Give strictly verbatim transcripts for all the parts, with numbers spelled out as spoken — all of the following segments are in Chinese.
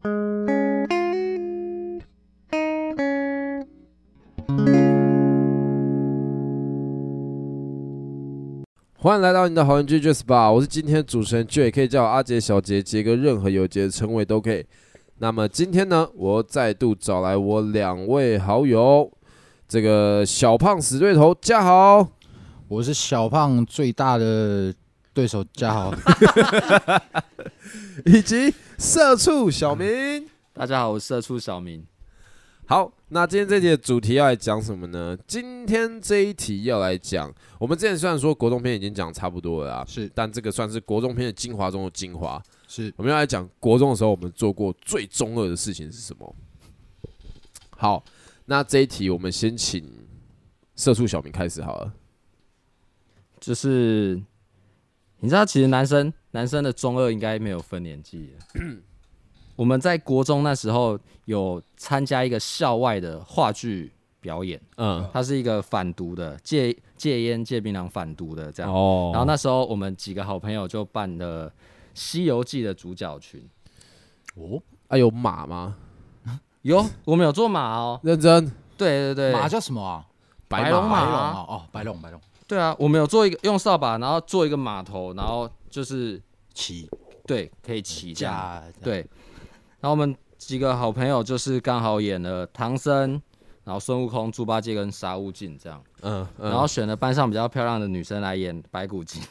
欢迎来到你的好邻居 J S B A， 我是今天的主持人 J， 也可以叫我阿杰、小杰、杰哥，任何有杰的称谓都可以。那么今天呢，我再度找来我两位好友，这个小胖死对头嘉豪， 我是小胖最大的对手嘉豪， 以及社畜小明。 大家好，我是社畜小明。 好，那今天这题的主题要来讲什么呢？今天这一题要来讲，我们之前虽然说国中篇已经讲差不多了啦， 是， 但这个算是国中篇的精华中的精华。 是， 我们要来讲国中的时候我们做过最中二的事情是什么？好，那这一题我们先请社畜小明开始好了。 就是你知道，其实男生男生的中二应该没有分年纪的。我们在国中那时候有参加一个校外的话剧表演，嗯，它是一个反毒的，戒戒烟戒槟榔反毒的这样。哦。然后那时候我们几个好朋友就办了《西游记》的主角群。 哦，啊有马吗？ 有，我们有做马哦。 认真。 对对对。 马叫什么啊？ 白龙马啊。哦，白龙白龙。 对啊，我们有做一个用扫把，然后做一个马头，然后就是骑， 对，可以骑这样。对。然后我们几个好朋友就是刚好演了唐僧，然后孙悟空、猪八戒跟沙悟净这样，嗯，嗯然后选了班上比较漂亮的女生来演白骨精。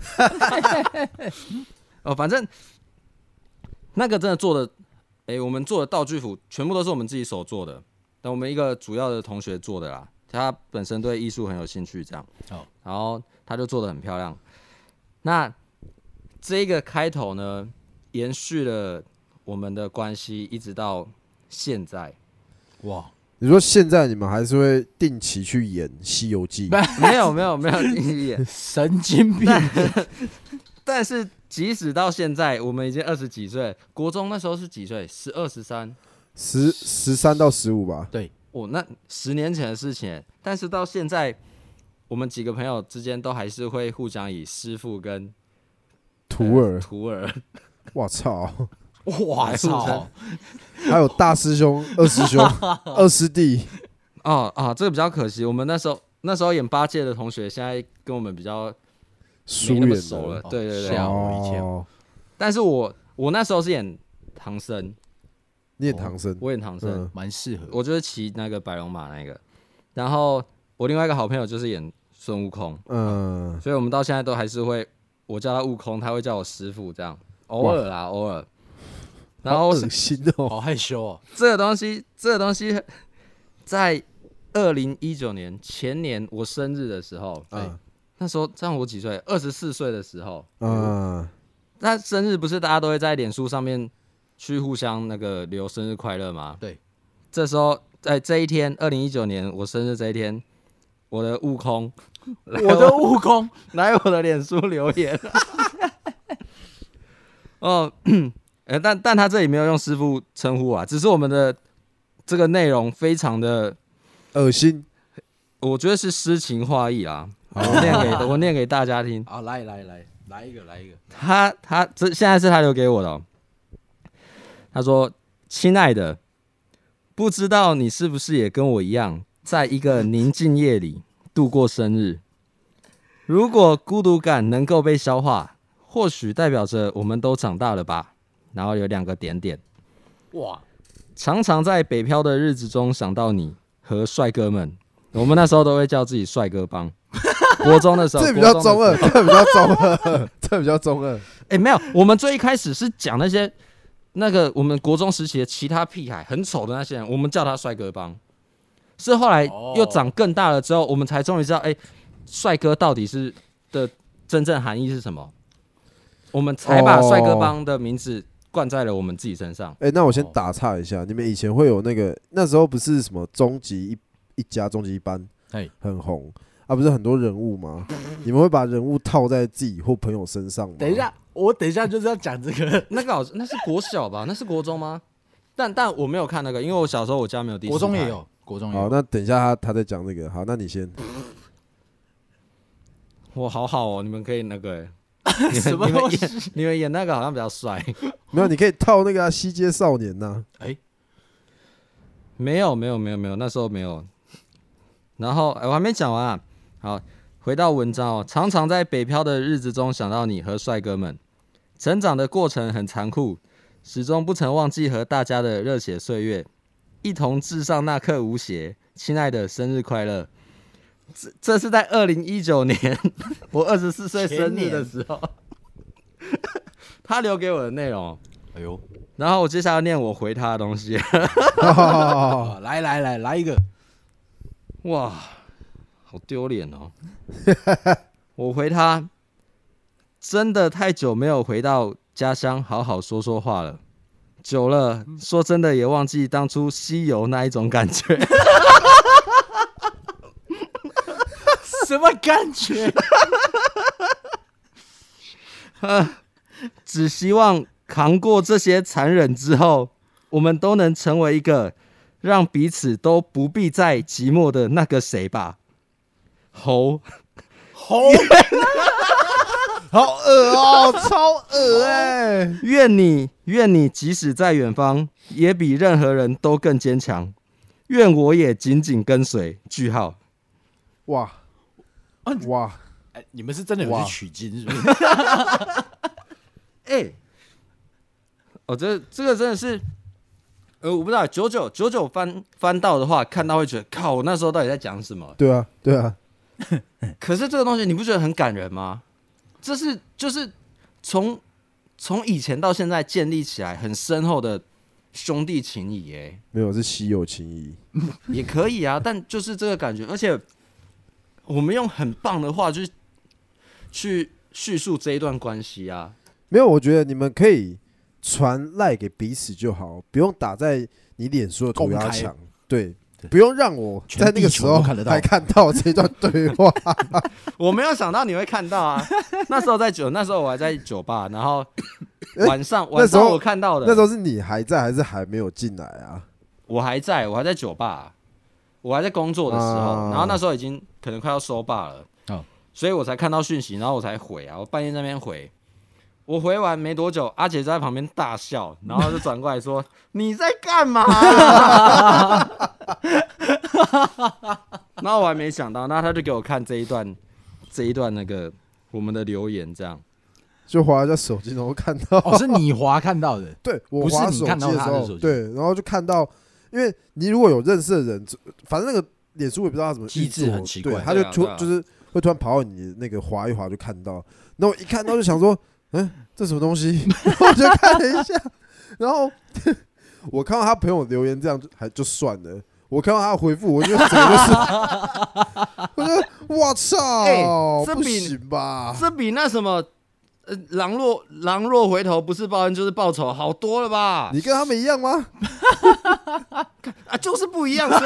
哦，反正那个真的做的，哎，我们做的道具服全部都是我们自己手做的，但我们一个主要的同学做的啦，他本身对艺术很有兴趣，这样，哦，然后他就做的很漂亮。那这个开头呢，延续了我们的关系一直到现在，哇！ 你说现在你们还是会定期去演《西游记》？ 没有没有没有定期演， 神经病！ 但, 但是即使到现在，我们已经二十几岁，国中那时候是几岁？十二、十三、 十十三到十五吧？ 对， 哦，那十年前的事情，但是到现在，我们几个朋友之间都还是会互相以师父跟徒儿、 呃、徒儿。 我操！ 哇操！ 还有大师兄、二师兄、二师弟。 哦啊，这个比较可惜。我们那时候那时候演八届的同学，现在跟我们比较没那么熟了。对对对， 吓我一跳。 但是我我那时候是演唐僧， 你演唐僧， 我演唐僧， 蛮适合。 我就是骑那个白龙马那个，然后我另外一个好朋友就是演孙悟空。嗯，所以我们到现在都还是会，我叫他悟空，他会叫我师父，这样偶尔啦，偶尔。然后好恶心哦， 好害羞哦。 这个东西，这个东西，在二零一九年前年我生日的时候，嗯，那时候这样我几岁？二十四岁的时候，嗯，那生日不是大家都会在脸书上面去互相那个留生日快乐吗？ 对， 这时候在这一天，二零一九年我生日这一天，我的悟空， 我的悟空来我的脸书留言，哦。欸、但, 但他这里没有用师父称呼啊，只是我们的这个内容非常的恶心， 我觉得是诗情画意啊。我念给我念给大家听。 好，来来来，来一个，来一个。 他他这现在是他留给我的、哦。他说：“亲爱的，不知道你是不是也跟我一样，在一个宁静夜里度过生日？如果孤独感能够被消化，或许代表着我们都长大了吧。”然后有两个点点，哇！常常在北漂的日子中想到你和帅哥们，我们那时候都会叫自己帅哥帮。国中的时候， 这比较中二，这比较中二，这比较中二。 哎，没有，我们最一开始是讲那些那个我们国中时期的其他屁孩很丑的那些人，我们叫他帅哥帮。是后来又长更大了之后，我们才终于知道，哎，帅哥到底是的真正含义是什么？我们才把帅哥帮的名字灌在了我们自己身上。 哎、欸，那我先打岔一下，你们以前会有那个那时候不是什么终极一一家终极一班很红啊，不是很多人物吗？你们会把人物套在自己或朋友身上吗？ 等一下，我等一下就是要讲这个。 那个好，那是国小吧？那是国中吗？但但我没有看那个，因为我小时候我家没有第四台。 国中也有，国中也有。 好，那等一下他他在讲那个，好，那你先。 我好好哦，你们可以那个、欸。你们, 你, 们演你们演那个好像比较帅， 没有，你可以套那个、啊《西街少年》呐。 哎， 没有没有没有没有，那时候没有。然后、欸、我还没讲完啊。好，回到文章哦，常常在北漂的日子中想到你和帅哥们，成长的过程很残酷，始终不曾忘记和大家的热血岁月，一同致上那刻无邪。亲爱的，生日快乐！这这是在二零一九年我二十四岁生日的时候，他留给我的内容。 哎呦， 然后我接下来要念我回他的东西。 哦、来来来来一个， 哇，好丢脸哦！我回他，真的太久没有回到家乡好好说说话了，久了，说真的也忘记当初西游那一种感觉。 什么感觉？ 只希望扛过这些残忍之后，我们都能成为一个让彼此都不必再寂寞的那个谁吧。猴猴， 好恶哦，超恶哎、欸！ 愿你愿你即使在远方，也比任何人都更坚强。愿我也紧紧跟随。句号。 哇哇！ 哎，你们是真的有去取经是不是？ 哎、欸，哦，这这个真的是，呃，我不知道，九九九九翻翻到的话，看到会觉得，靠，我那时候到底在讲什么？ 对啊，对啊。 可是这个东西你不觉得很感人吗？这是就是从从以前到现在建立起来很深厚的兄弟情谊，哎， 没有，是稀有情谊， 也可以啊，但就是这个感觉，而且我们用很棒的话去去叙述这一段关系啊。 没有，我觉得你们可以传赖给彼此就好，不用打在你脸书的涂鸦墙，对。不用让我在那个时候还看到这段对话。 我没有想到你会看到啊！那时候在酒，那时候我还在酒吧，然后晚上、欸、晚上我看到的。 那时候是你还在还是还没有进来啊？ 我还在，我还在酒吧，我还在工作的时候，啊、然后那时候已经可能快要收吧了，哦、所以我才看到讯息，然后我才回啊，我半夜在那边回。我回完没多久，阿姐就在旁边大笑，然后就转过来说：“你在干嘛、啊？”然后我还没想到，那他就给我看这一段，这一段那个我们的留言，这样就滑一下手机，然后看到， 哦，是你滑看到的， 对我滑手机的时候，对，然后就看到，因为你如果有认识的人，反正那个脸书也不知道他怎么机制很奇怪， 对，他就突、啊啊、就是会突然跑到你那个滑一滑就看到，然后我一看到就想说。嗯，这什么东西？我就看了一下，然后我看到他朋友留言这样就还就算了，我看到他的回复，我就整个就是，我说我操，欸、这不行吧？ 这比那什么，呃，狼若狼若回头，不是报恩就是报仇，好多了吧？ 你跟他们一样吗？ 啊，就是不一样，所以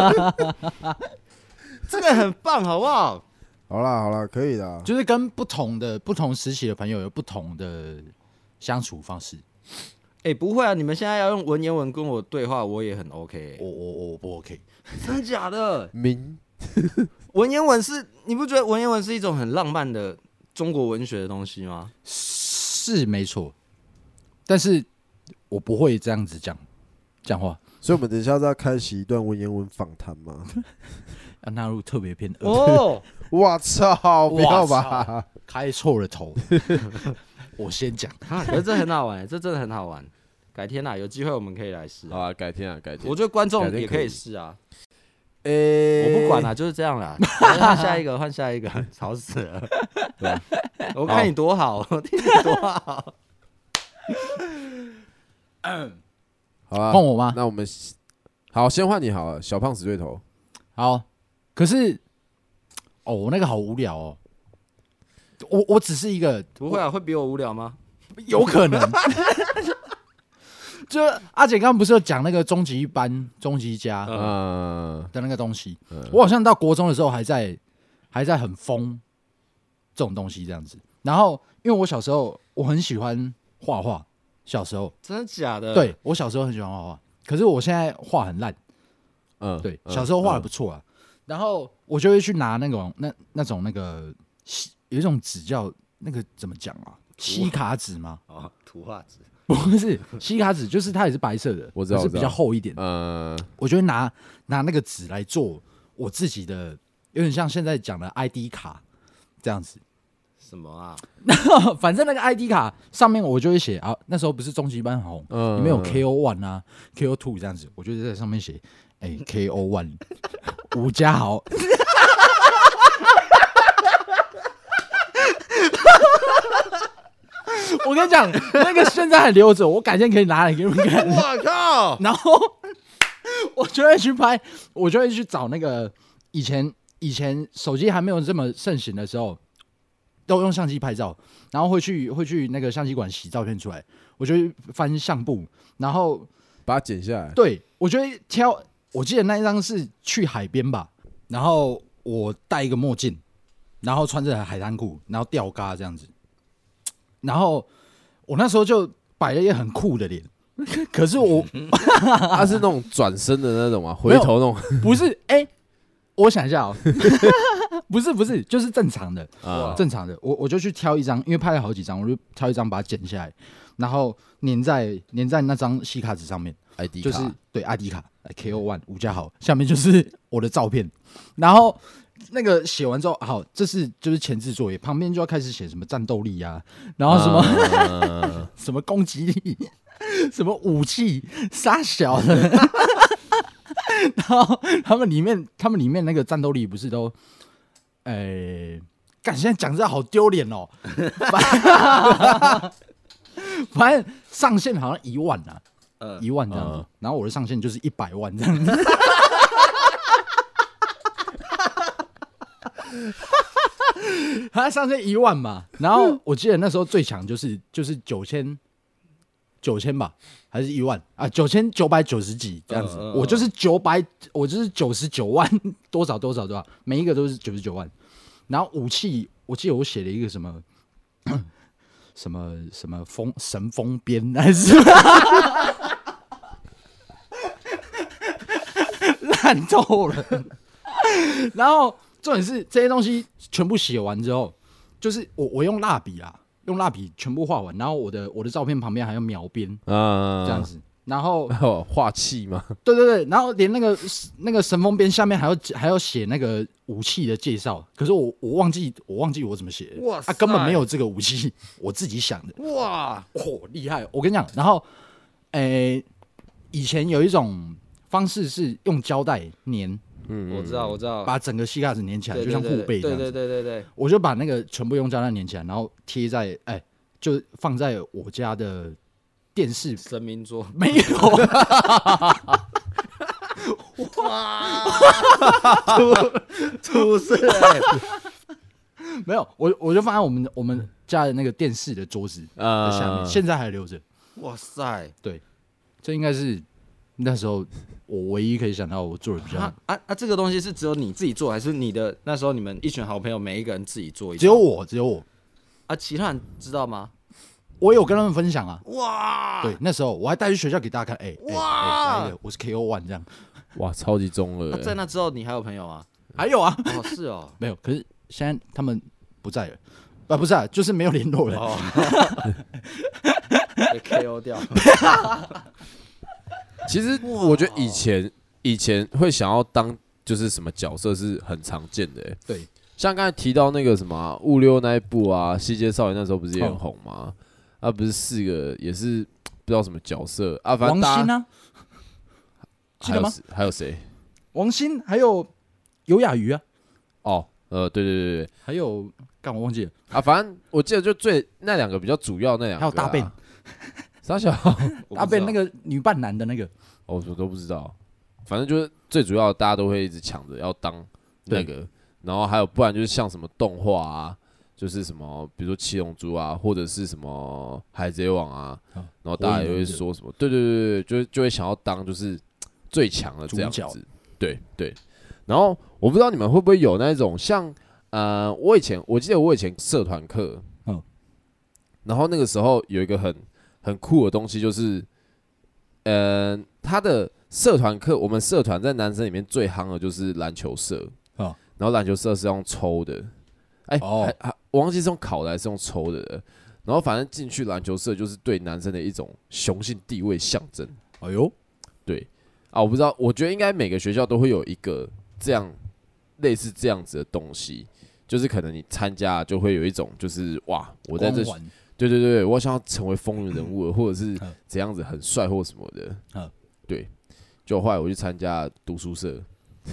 这个很棒，好不好？ 好啦好啦，可以的， 就是跟不同的不同时期的朋友有不同的相处方式。 哎、欸，不会啊，你们现在要用文言文跟我对话，我也很 OK、欸。 我我我不 OK， 真的假的？ 明文言文是，你不觉得文言文是一种很浪漫的中国文学的东西吗？ 是没错，但是我不会这样子讲讲话。 所以，我们等一下要开启一段文言文访谈吗？ 要纳入特别篇哦！ 我操，不要吧， 开错了头。我先讲， 可是这很好玩，这真的很好玩。改天啊，有机会我们可以来试、啊。 好啊，改天啊，改天。 我觉得观众也可以试啊。 诶、欸， 我不管啦、啊，就是这样啦。换下一个，换下一个，吵死了。我看你多好，我听你多好。 嗯，好啊， 换我吗？ 那我们好，先换你好了，小胖死对头。 好，可是哦，我那个好无聊哦。我我只是一个， 不会啊，会比我无聊吗？ 有可能。就阿姐刚刚不是有讲那个终极班、终极家的那个东西、嗯，我好像到国中的时候还在还在很疯这种东西这样子。然后因为我小时候我很喜欢画画，小时候真的假的？ 对，我小时候很喜欢画画，可是我现在画很烂。嗯，对，小时候画的不错啊、嗯。然后我就会去拿那种那那种那个有一种纸叫那个怎么讲啊？吸卡纸吗？ 哦，图画纸。 不是吸卡纸，就是它也是白色的， 我知道， 是比较厚一点。 嗯， 我就会拿拿那个纸来做我自己的，有点像现在讲的 I D 卡这样子。 什么啊？ 反正那个 I D 卡上面我就会写啊，那时候不是终极班很红，嗯、里面有 K O 一 啊 ，K O 二这样子，我就在上面写，哎、欸、，K O 一 吴家豪。我跟你讲，那个现在还留着，我改天可以拿来给你们看。 我靠！ 然后我就会去拍，我就会去找那个以前以前手机还没有这么盛行的时候。都用相机拍照，然后会去会去那个相机馆洗照片出来，我就会翻相簿，然后把它剪下来。 对，我就会挑，我记得那一张是去海边吧，然后我戴一个墨镜，然后穿着海滩裤，然后吊嘎这样子，然后我那时候就摆了一个很酷的脸，可是我他是那种转身的那种啊，回头那种， 不是哎、欸，我想一下哦。不是不是，就是正常的，啊、正常的。我我就去挑一张，因为拍了好几张，我就挑一张把它剪下来，然后粘在粘在那张吸卡纸上面 ，I D 卡就是对 I D 卡 K O 一 吴家豪，下面就是我的照片。然后那个写完之后，好，这是就是前置作业，旁边就要开始写什么战斗力啊，然后什么、uh、什么攻击力，什么武器杀小的，然后他们里面他们里面那个战斗力不是都。哎、欸，干！现在讲这好丢脸哦。反正上限好像一万啊，呃、一万这样子。呃、然后我的上限就是一百万这样子。他上限一万嘛，然后我记得那时候最强就是就是九千九千吧，还是一万啊？九千九百九十几这样子。呃呃、我就是九百，我就是九十九万多少多少多少，每一个都是九十九万。然后武器，我记得我写了一个什么什么什么风神风鞭还是烂透了。然后重点是这些东西全部写完之后，就是我我用蜡笔啊，用蜡笔全部画完，然后我的我的照片旁边还有描边啊，这样子。然后画气嘛， 对对对，然后连那个那个神风鞭下面还要还要写那个武器的介绍，可是我我忘记我忘记我怎么写，哇，啊根本没有这个武器，我自己想的，哇，哦厉害！我跟你讲，然后，诶，以前有一种方式是用胶带粘， 嗯，我知道我知道， 把整个吸卡纸粘起来，就像护背这样子， 对对对对对， 我就把那个全部用胶带粘起来，然后贴在哎，就放在我家的。电视神明桌没有， 哇，出事没有，我我就放在我们我们家的那个电视的桌子的下面，呃、现在还留着。 哇塞， 对，这应该是那时候我唯一可以想到我做的比较啊啊啊！这个东西是只有你自己做，还是你的那时候你们一群好朋友每一个人自己做一？ 只有我，只有我啊！其他人知道吗？ 我有跟他们分享啊！ 哇， 对，那时候我还带去学校给大家看，哎、欸，哇、欸欸，我是 K O 一 这样， 哇，超级中了、欸。 在那之后，你还有朋友吗？ 还有啊， 哦，是哦， 没有，可是现在他们不在了，啊，不是啊，就是没有联络了，哦、 被 K O 掉。 其实我觉得以前以前会想要当就是什么角色是很常见的、欸， 对， 像刚才提到那个什么、啊、物溜那一部啊，《西街少年》那时候不是也很红吗？哦啊，不是四个也是不知道什么角色啊，反正王心啊，记得吗？ 还有谁？ 王心，还有尤雅瑜啊。 哦，呃，对对对对， 还有，干我忘记了啊，反正我记得就最那两个比较主要那两个、啊， 还有大便， 傻小， 大便那个女扮男的那个， 哦，我都不知道，反正就是最主要的，大家都会一直抢着要当那个，然后还有不然就是像什么动画啊。就是什么，比如说七龙珠啊，或者是什么海贼王啊，啊然后大家也会说什么，对对对对，就就会想要当就是最强的这样子，对对。然后我不知道你们会不会有那种像呃，我以前我记得我以前社团课，嗯，然后那个时候有一个很很酷的东西，就是呃，他的社团课，我们社团在男生里面最夯的就是篮球社，哦、然后篮球社是用抽的。哎、欸，哦、还还我忘记是用烤的还是用抽的了。然然后反正进去篮球社就是对男生的一种雄性地位象征。 哎呦， 对啊，我不知道，我觉得应该每个学校都会有一个这样类似这样子的东西，就是可能你参加就会有一种就是哇，我在这，对对对，我想要成为风云人物，或者是怎样子很帅或什么的。对，就后来我去参加读书社。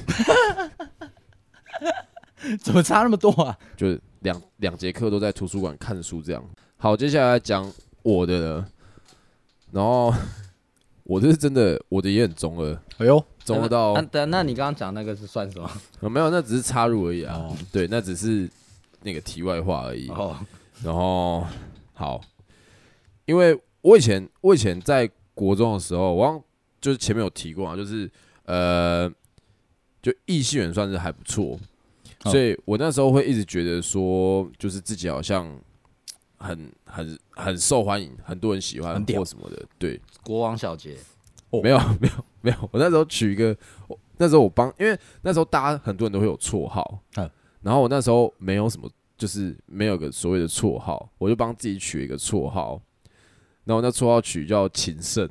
怎么差那么多啊？ 就两两节课都在图书馆看书这样。好，接下来讲我的了。然后我这是真的，我的也很中二。 哎呦， 中二到…… 那、啊、那你刚刚讲那个是算什么？ 哦、没有，那只是插入而已啊。 哦、 对，那只是那个题外话而已。哦、然后好，因为我以前我以前在国中的时候，我刚就是前面有提过啊，就是呃，就异性缘算是还不错。所以我那时候会一直觉得说，就是自己好像很很很受欢迎，很多人喜欢或什么的。对， 国王小杰， 哦、没有没有没有，我那时候取一个，那时候我帮，因为那时候大家很多人都会有绰号，嗯、然后我那时候没有什么，就是没有个所谓的绰号，我就帮自己取一个绰号，然后我那绰号取叫情圣。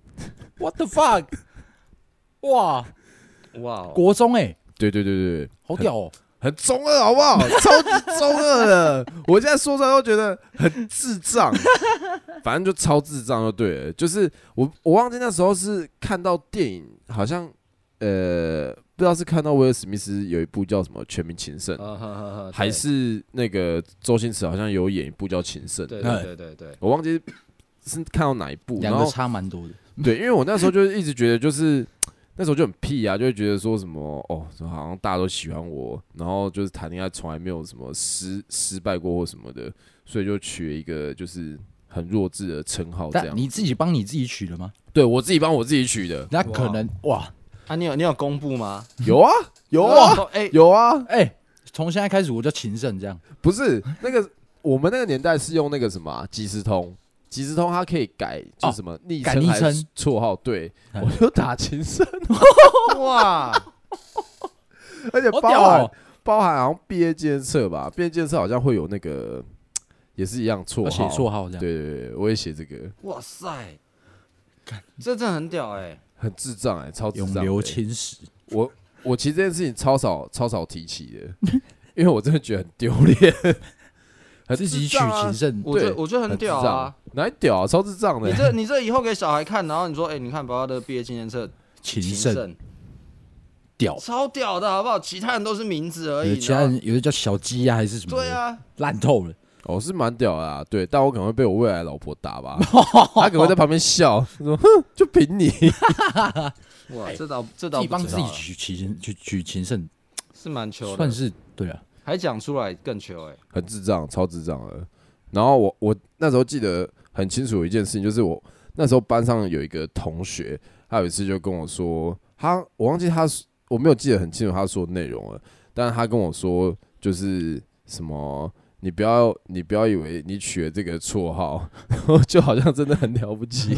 What the fuck？ 哇哇， 国中哎、欸， 对对对对， 好屌哦！ 很中二，好不好？超级中二的，我现在说出来都觉得很智障，反正就超智障就对了。就是我我忘记那时候是看到电影，好像呃不知道是看到威尔史密斯有一部叫什么《全民情圣》，uh, 还是那个周星驰好像有演一部叫《情圣》。 对对对对对， 我忘记是看到哪一部， 两个差蛮多的。 对，因为我那时候就一直觉得就是。那时候就很屁啊，就会觉得说什么哦，好像大家都喜欢我，然后就是谈恋爱从来没有什么失失败过或什么的，所以就取了一个就是很弱智的称号。这样， 你自己帮你自己取的吗？ 对，我自己帮我自己取的。 那可能哇， 啊，你有你有公布吗？ 有啊，有啊，欸、有啊， 哎、欸，从现在开始我叫情圣这样。 不是那个，我们那个年代是用那个什么、啊、即时通。即时通它可以改，就是什么昵称还是绰号？对，我就打情圣， 哇！ 而且包含、喔、包含好像毕业纪念册吧，毕业纪念册好像会有那个，也是一样绰号， 写绰号这样。 对对对，我也写这个。 哇塞，这真的很屌哎、欸， 很智障哎、欸，超智障、欸。 永留青史。 我我其实这件事情超少超少提起的，因为我真的觉得很丢脸。 自己取情圣， 我觉得我觉得很屌啊， 哪屌啊，超智障的、 欸。你这你这以后给小孩看，然后你说，哎、欸，你看爸爸的毕业纪念册， 情圣，屌， 超屌的好不好？其他人都是名字而已， 其他人有的叫小鸡啊，还是什么？ 对啊， 烂透了。 哦，是蛮屌的啊，对，但我可能会被我未来的老婆打吧，她可能会在旁边笑，说，哼，就凭你。 哇，这倒这倒自己帮自己取情取取情圣， 是蛮糗的， 算是对啊。 还讲出来更糗哎、欸， 很智障，超智障的。然后我我那时候记得很清楚的一件事情，就是我那时候班上有一个同学，他有一次就跟我说，他我忘记他我没有记得很清楚他说的内容了，但是他跟我说就是什么，你不要你不要以为你取了这个绰号，然后就好像真的很了不起，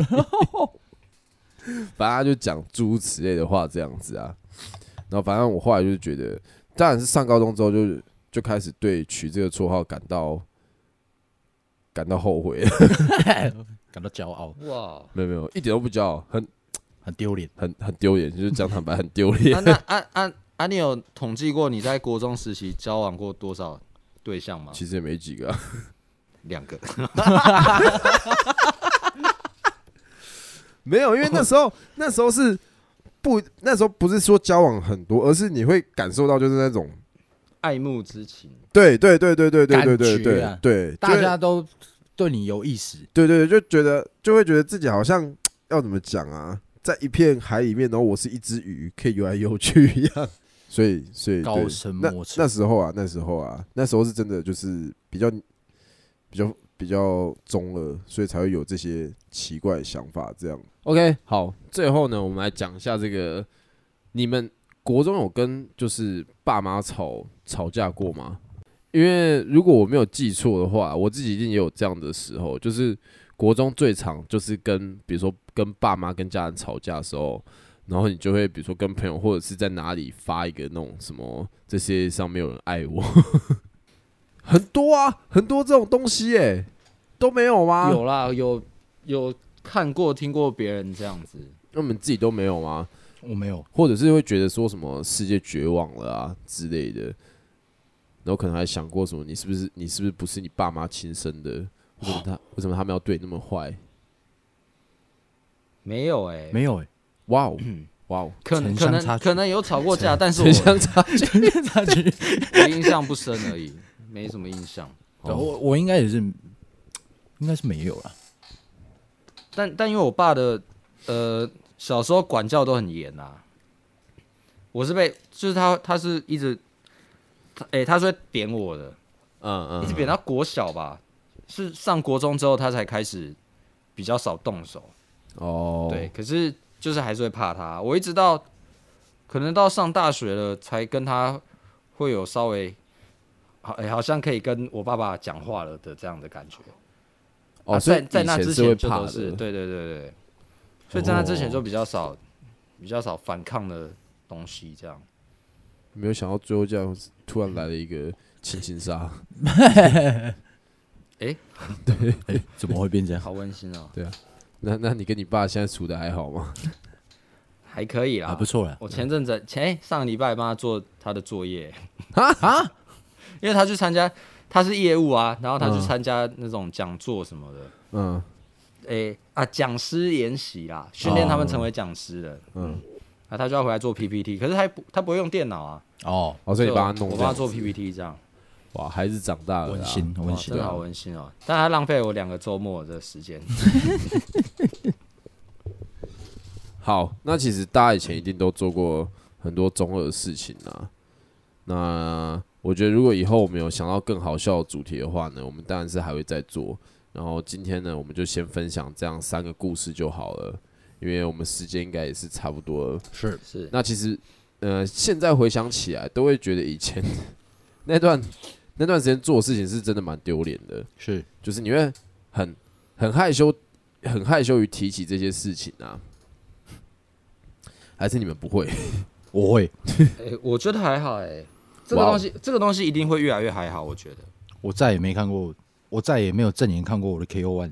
反正他就讲诸如此类的话这样子啊。然后反正我后来就觉得，当然是上高中之后就。就开始对取这个绰号感到感到后悔， 感到骄傲。 哇， 没有没有，一点都不骄傲，很很丢脸， 很很丢脸，就是讲坦白，很丢脸。 啊，那啊啊啊！你有统计过你在国中时期交往过多少对象吗？ 其实也没几个、啊， 两个。 没有，因为那时候那时候是不那时候不是说交往很多，而是你会感受到就是那种。 爱慕之情， 对对对对对对对对对、啊、对， 大家都对你有意思， 对对对，就觉得就会觉得自己好像要怎么讲啊，在一片海里面，然后我是一只鱼，可以游来游去一样，所以所以高深莫测。 那时候啊，那时候啊，那时候是真的就是比较比较比较中二，所以才会有这些奇怪的想法。这样 ，OK， 好，最后呢，我们来讲一下这个你们。国中有跟就是爸妈吵吵架过吗？因为如果我没有记错的话，我自己一定也有这样的时候，就是国中最常就是跟比如说跟爸妈跟家人吵架的时候，然后你就会比如说跟朋友或者是在哪里发一个那种什么这世界上没有人爱我，很多啊，很多这种东西耶、欸。 都没有吗？ 有啦，有有看过、听过别人这样子。 那你们自己都没有吗？ 我没有， 或者是会觉得说什么世界绝望了啊之类的，然后可能还想过什么，你是不是你是不是不是你爸妈亲生的？为什么他为什么他们要对你那么坏？ 没有哎、欸， 没有哎、欸， 哇哦，哇哦， 可能可能可能有吵过架，但是城乡差距， 差距， 我印象不深而已，没什么印象。 哦、我我应该也是，应该是没有啦。 但但因为我爸的呃小时候管教都很严啊，我是被就是他他是一直，哎、欸、他是会扁我的， 嗯嗯， 一直扁到国小吧，是上国中之后他才开始比较少动手。 哦， 对，可是就是还是会怕他。我一直到可能到上大学了，才跟他会有稍微好，哎、欸，好像可以跟我爸爸讲话了的这样的感觉。 哦， 啊、在在那之前就怕都是，对对对对，所以在那之前就比较少、哦、比较少反抗的东西，这样。 没有想到最后这样突然来了一个亲情杀。 哎、 欸，对，哎、欸，怎么会变这样？ 好温馨哦。 对啊。那那你跟你爸现在处的还好吗？ 还可以啦， 还不错啦。 我前阵子前、欸、上个礼拜帮他做他的作业， 啊啊， 因为他去参加，他是业务啊，然后他去参加那种讲座什么的，嗯，哎、欸、啊，讲师研习啦，训练他们成为讲师的，嗯，啊，他就要回来做 P P T， 可是他不他不会用电脑啊， 哦，所以你帮他弄， 我帮他做 P P T 这样。 哇，孩子长大了， 温馨温馨， 真的好温馨哦！但他浪费了我两个周末的时间。 好，那其实大家以前一定都做过很多中二的事情啊。那我觉得如果以后我们有想到更好笑的主题的话呢，我们当然是还会再做。然后今天呢，我们就先分享这样三个故事就好了，因为我们时间应该也是差不多了。 是是。 那其实呃，现在回想起来，都会觉得以前那段。那段时间做的事情是真的蛮丢脸的， 是， 就是你会很很害羞，很害羞于提起这些事情啊，还是你们不会？ 我会， 哎、欸，我觉得还好哎、欸，这个东西，这个东西一定会越来越还好，我觉得。 我再也没看过，我再也没有正眼看过我的 K O 一。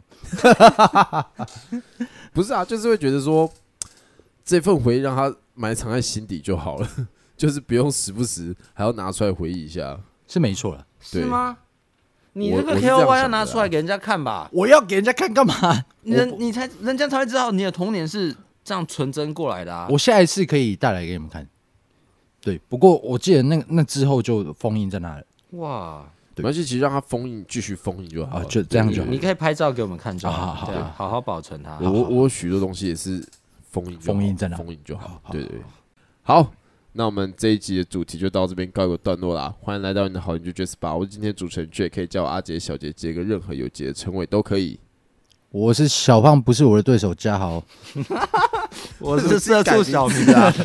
不是啊，就是会觉得说，这份回忆让他埋藏在心底就好了，就是不用时不时还要拿出来回忆一下。 是没错了， 是吗？你这个 K O Y 要拿出来给人家看吧？ 我要给人家看干嘛？ 人你才人家才会知道你的童年是这样纯真过来的啊！ 我下一次可以带来给你们看。对，不过我记得那那之后就封印在那了。 哇， 没关系，其实让它封印，继续封印就好了， 啊，就这样就好。 你可以拍照给我们看就好， 好好对啊，好好保存它。 我我有许多东西也是封印， 封印在那， 封印就好。对对对，好。那我们这一集的主题就到这边告一个段落啦。欢迎来到你的好邻居 J S 八，我是今天主持人 J， 可以叫我阿杰、小杰，杰个任何有杰的称谓都可以。 我是小胖，不是我的对手，嘉豪。 我是社畜小明啊。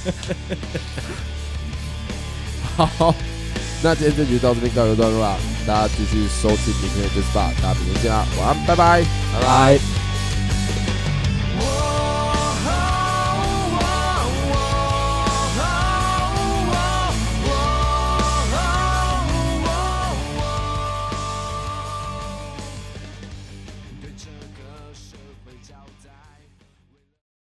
好，那今天这集就到这边告一个段落啦。大家继续收听明天的 J S 八，大家明天见啦，晚安，拜拜， 拜拜。